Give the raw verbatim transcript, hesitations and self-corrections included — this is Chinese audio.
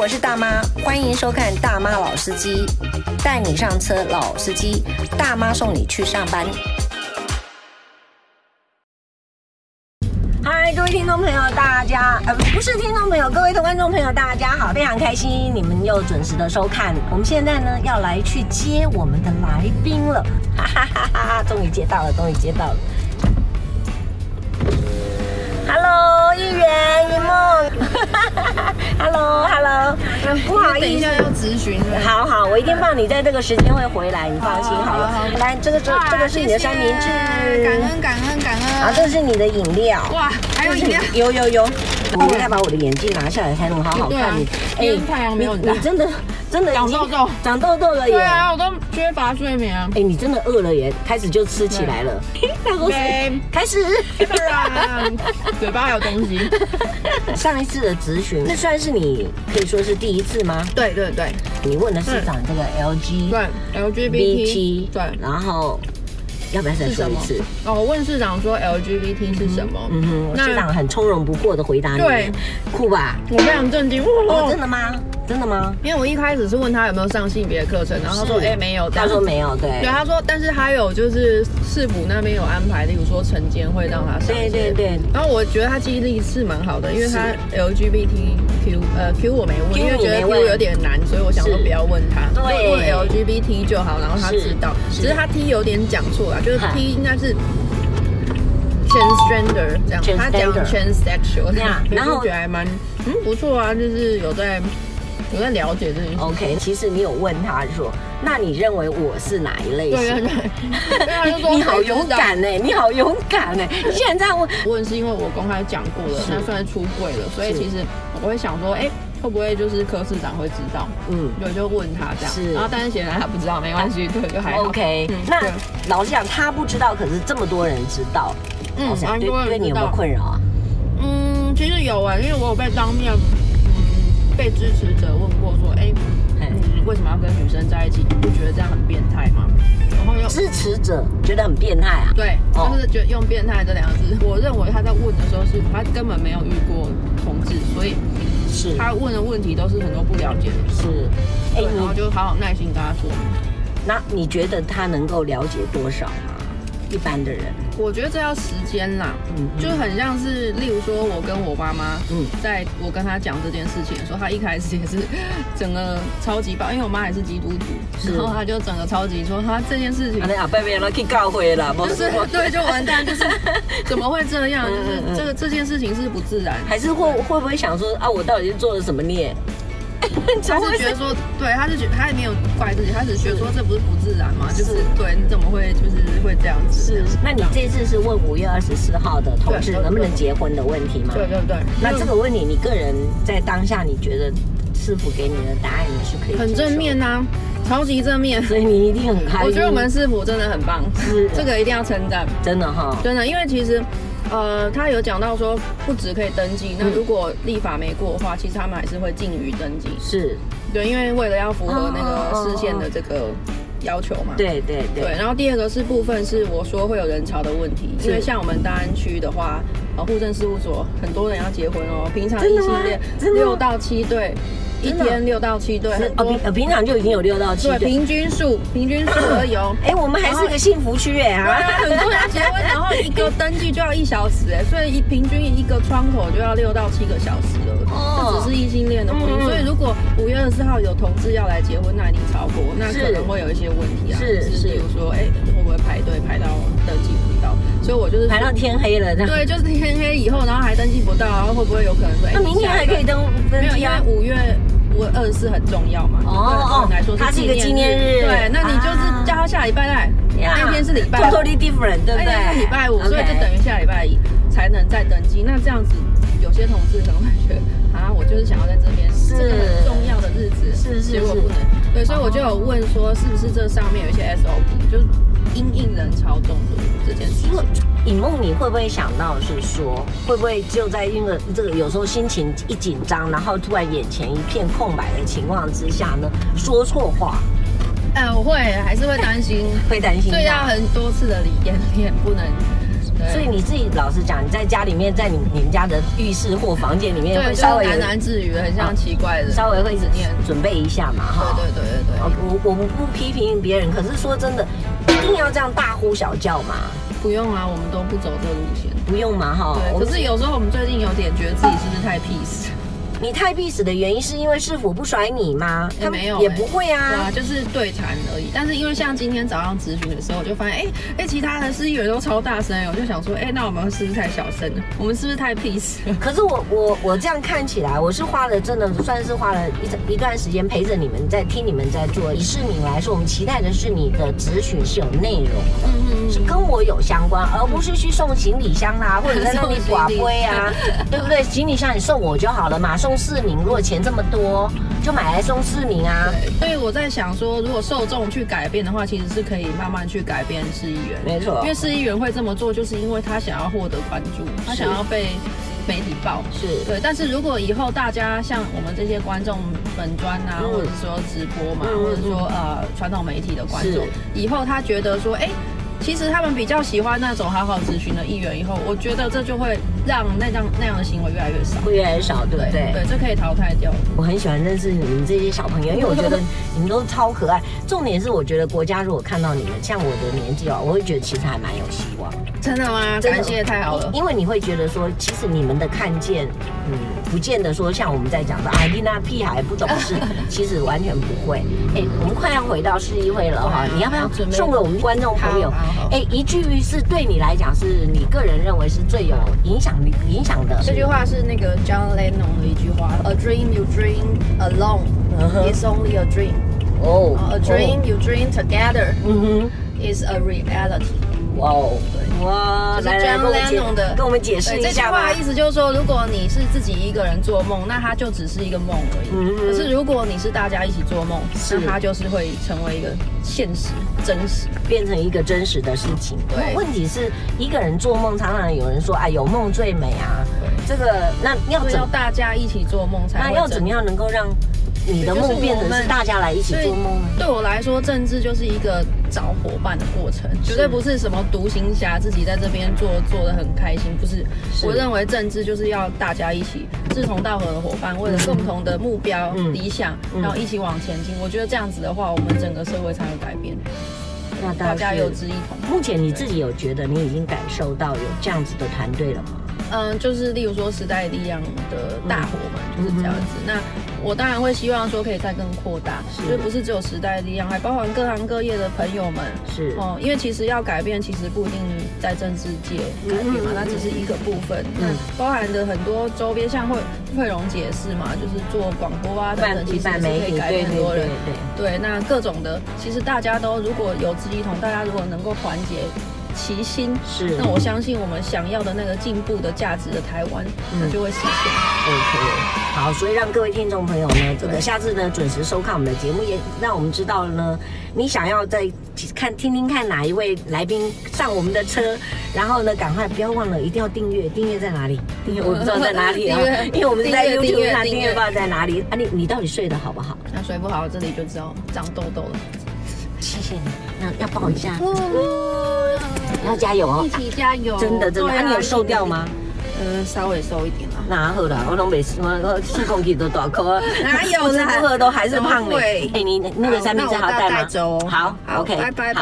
我是大妈，欢迎收看大妈老司机，带你上车老司机，大妈送你去上班。嗨，各位听众朋友，大家呃不是听众朋友，各位观众朋友，大家好，非常开心你们又准时的收看。我们现在呢要来去接我们的来宾了，哈哈哈哈！终于接到了，终于接到了。Hello， 一元一梦，Hello Hello， 不好意思， 等一下要咨询了。 好好，我一定放你在这个时间会回来，你放心好了。好好好来，这个这这个是你的三明治， 感恩感恩感恩。 啊，这是你的饮料。哇， 还有饮料？ 有有有。我应该把我的眼镜拿下来才能好好看你。 哎，太阳没有很大。 你真的真的长痘痘， 长痘痘了耶！ 对啊，我都缺乏睡眠。 哎，你真的饿了耶，开始就吃起来了。 对， 开始。 嘴巴还有东西。 上一次的咨询，那算是你可以说是第一次吗？ 对对对。 你问的市长这个 L G 对 L G B T 对，然后。要不要再说一次？ 哦，我问市长说 L G B T 是什么？嗯哼，市长很从容不迫的回答你， 对， 酷吧？ 我非常震惊。 哦，真的吗？真的吗？ 因为我一开始是问他有没有上性别课程，然后他说哎没有， 他说没有，对， 对，他说但是他有就是市府那边有安排，例如说晨间会让他上， 对对对。 然后我觉得他记忆力是蛮好的，因为他 L G B T Q 呃 Q 我没问，因为觉得 Q 有点难，所以我想说不要问他，对，问 L G B T 就好，然后他知道，只是他 T 有点讲错了，就是 T 应该是 transgender 这样，他讲 transsexual， 然后觉得还蛮嗯不错啊，就是有在。我在了解这件事。 OK， 其实你有问他说，那你认为我是哪一类型？ 对对对。你好勇敢哎，你好勇敢哎！你竟然这样问？ 问是因为我公开讲过了，那算是出柜了，所以其实我会想说，哎，会不会就是柯市长会知道？嗯，对，就问他这样。是。然后但是显然他不知道，没关系，对，就还好。 OK， 那老实讲，他不知道，可是这么多人知道，嗯，蛮多人知道。对你有没有困扰啊？ 嗯，其实有哎，因为我有被当面。被支持者问过说，哎、欸，你为什么要跟女生在一起？你不觉得这样很变态吗？然后又支持者觉得很变态啊？ 对，就是觉得用变态这两个字。我认为他在问的时候是他根本没有遇过同志，所以是他问的问题都是很多不了解的。是，哎、欸，然后就好好耐心跟他说。 那你觉得他能够了解多少吗？一般的人， 我觉得这要时间啦，嗯，就是很像是，例如说，我跟我妈妈，嗯，在我跟她讲这件事情的时候，她一开始也是整个超级爆，因为我妈也是基督徒，然后她就整个超级说，她这件事情， 啊，阿伯别让去教会啦， 就是对，就完蛋，就是怎么会这样？就是这个这件事情是不自然， 还是会会不会想说啊，我到底是做了什么孽？ 他是觉得说，对，他是觉得他也没有怪自己，他只是觉得说这不是不自然嘛，就是对，你怎么会就是会这样子？ 是，那你这次是问五月二十四号的同志能不能结婚的问题吗？ 对对对。 那这个问题，你个人在当下你觉得市府给你的答案你是可以很正面呐，超级正面， 所以你一定很开心。 我觉得我们市府真的很棒，是这个一定要称赞， 真的哈， 真的，因为其实。呃，他有讲到说，不只可以登记，那如果立法没过的话，其实他们还是会禁于登记。是，对，因为为了要符合那个市县的这个要求嘛。对对对。对，然后第二个是部分是我说会有人潮的问题，因为像我们大安区的话，呃，户政事务所很多人要结婚哦，平常异性恋六到七对。一天六到七对， 哦平呃平常就已经有六到七对， 平均数平均数而已哦。 哎，我们还是个幸福区哎啊，很多人结婚，然后一个登记就要一小时哎，所以一平均一个窗口就要六到七个小时了。哦，这只是异性恋的婚姻，所以如果五月二十四号有同志要来结婚，那一定超过，那可能会有一些问题啊。是是，比如说哎会不会排队排到登记不到？所以我就是排到天黑了， 对，就是天黑以后，然后还登记不到，然后会不会有可能说， 那明天还可以登登记啊？ 因为五月。五月二十四很重要嘛，哦哦，来说它是一个纪念日， 对，那你就是叫他下礼拜来，那天是礼拜五 ，totally different， 对不对？ 那天是礼拜五，所以就等于下礼拜一才能再登记。那这样子，有些同事可能会觉得，啊，我就是想要在这边这个很重要的日子，是是，结果不能，对，所以我就有问说，是不是这上面有一些 S O P， 就是因应人潮中的这件事情。 尹梦，你会不会想到是说，会不会就在因为这个有时候心情一紧张，然后突然眼前一片空白的情况之下呢，说错话？ 哎、呃，我会还是会担心， 会担心， 所以要很多次的演练，不能所以你自己老实讲，你在家里面，在你你们家的浴室或房间里面，会稍微喃喃自语，很像奇怪的， 稍微会准备一下嘛，哈。 对对对对对。 我我们不批评别人，可是说真的，一定要这样大呼小叫嘛？ 不用啊，我们都不走这路线。 不用嘛，哈。 对。可是有时候我们最近有点觉得自己是不是太 peace？ 你太必死的原因是因为市府不甩你吗？ 他没有， 也不会啊， 对啊，就是对谈而已。但是因为像今天早上咨询的时候，我就发现，哎哎，其他的市议员都超大声，我就想说，哎，那我们是不是太小声了？我们是不是太 peace 了？ 可是我我我这样看起来，我是花了真的算是花了一一段时间陪着你们，在听你们在做。以市民来说，我们期待的是你的咨询是有内容的，嗯嗯，是跟我有相关，而不是去送行李箱啦，或者在那里寡杯啊，对不对？行李箱你送我就好了嘛，送市民如果钱这么多，就买来送市民啊。 所以我在想说，如果受众去改变的话，其实是可以慢慢去改变市议员。 没错， 因为市议员会这么做，就是因为他想要获得关注，他想要被媒体报。是对，但是如果以后大家像我们这些观众本专啊，嗯、或者说直播嘛，嗯、或者说呃传统媒体的观众，以后他觉得说，哎、欸。其实他们比较喜欢那种好好咨询的议员，以后我觉得这就会让那样那样的行为越来越少， 会越来越少，对不对？ 对，这可以淘汰掉。 我很喜欢认识你们这些小朋友，因为我觉得你们都超可爱。重点是，我觉得国家如果看到你们，像我的年纪哦，我会觉得其实还蛮有希望。 真的吗？感谢，太好了。 因为你会觉得说，其实你们的看见，嗯，不见得说像我们在讲的，哎，你那屁孩不懂事，其实完全不会。哎，我们快要回到市议会了哈，你要不要送给我们观众朋友？哎，一句是对你来讲，是你个人认为是最有影响力、影响的。 这句话是那个 John Lennon 的一句话 ：A dream you dream alone is only a dream. 哦 ，A dream you dream together is a reality. 哇哦，哇，来来，跟我们的跟我们解释一下吧。 这句话意思就是说，如果你是自己一个人做梦，那它就只是一个梦而已。嗯、可是如果你是大家一起做梦，那它就是会成为一个现实、真实， 变成一个真实的事情。对，问题是一个人做梦，常常有人说，哎，有梦最美啊。这个那要怎要大家一起做梦才会？ 那要怎么样能够让你的梦变成是大家来一起做梦？ 对我来说，政治就是一个找伙伴的过程，绝对不是什么独行侠自己在这边做做得很开心。不是，是我认为政治就是要大家一起志同道合的伙伴，为了共同的目标、嗯、理想，然后一起往前进。我觉得这样子的话，我们整个社会才会改变。那大家有志一同。 目前你自己有觉得你已经感受到有这样子的团队了吗？ 嗯，就是例如说时代力量的大伙们就是这样子。嗯、那我当然会希望说可以再更扩大，就不是只有时代力量，还包含各行各业的朋友们。是哦，因为其实要改变，其实不一定在政治界改变嘛，它只是一个部分。嗯，包含的很多周边，像慧慧蓉姐是嘛，就是做广播啊等等，其实是可以改变很多人。对对对，那各种的，其实大家都如果有志一同，大家如果能够团结齐心，是，那我相信我们想要的那个进步的价值的台湾，嗯，就会实现。 OK， 好，所以让各位听众朋友呢，这个下次呢准时收看我们的节目，也让我们知道了呢，你想要再看听听看哪一位来宾上我们的车，然后呢，赶快不要忘了一定要订阅，订阅在哪里？订阅我不知道在哪里啊，因为我们是在 YouTube 上订阅，不知道在哪里啊？你你到底睡得好不好？ 那睡不好，这里就知道长痘痘了。 谢谢你，那要抱一下。要加油哦！ 一起加油！ 真的真的，啊，你有瘦掉吗？ 呃，稍微瘦一点啦。 哪好啦，我都没什么，四公斤都大颗。 哪有啦？ 不吃不喝都还是胖嘞。哎，你那个三明治还要带吗？ 好好 ，OK， 拜拜。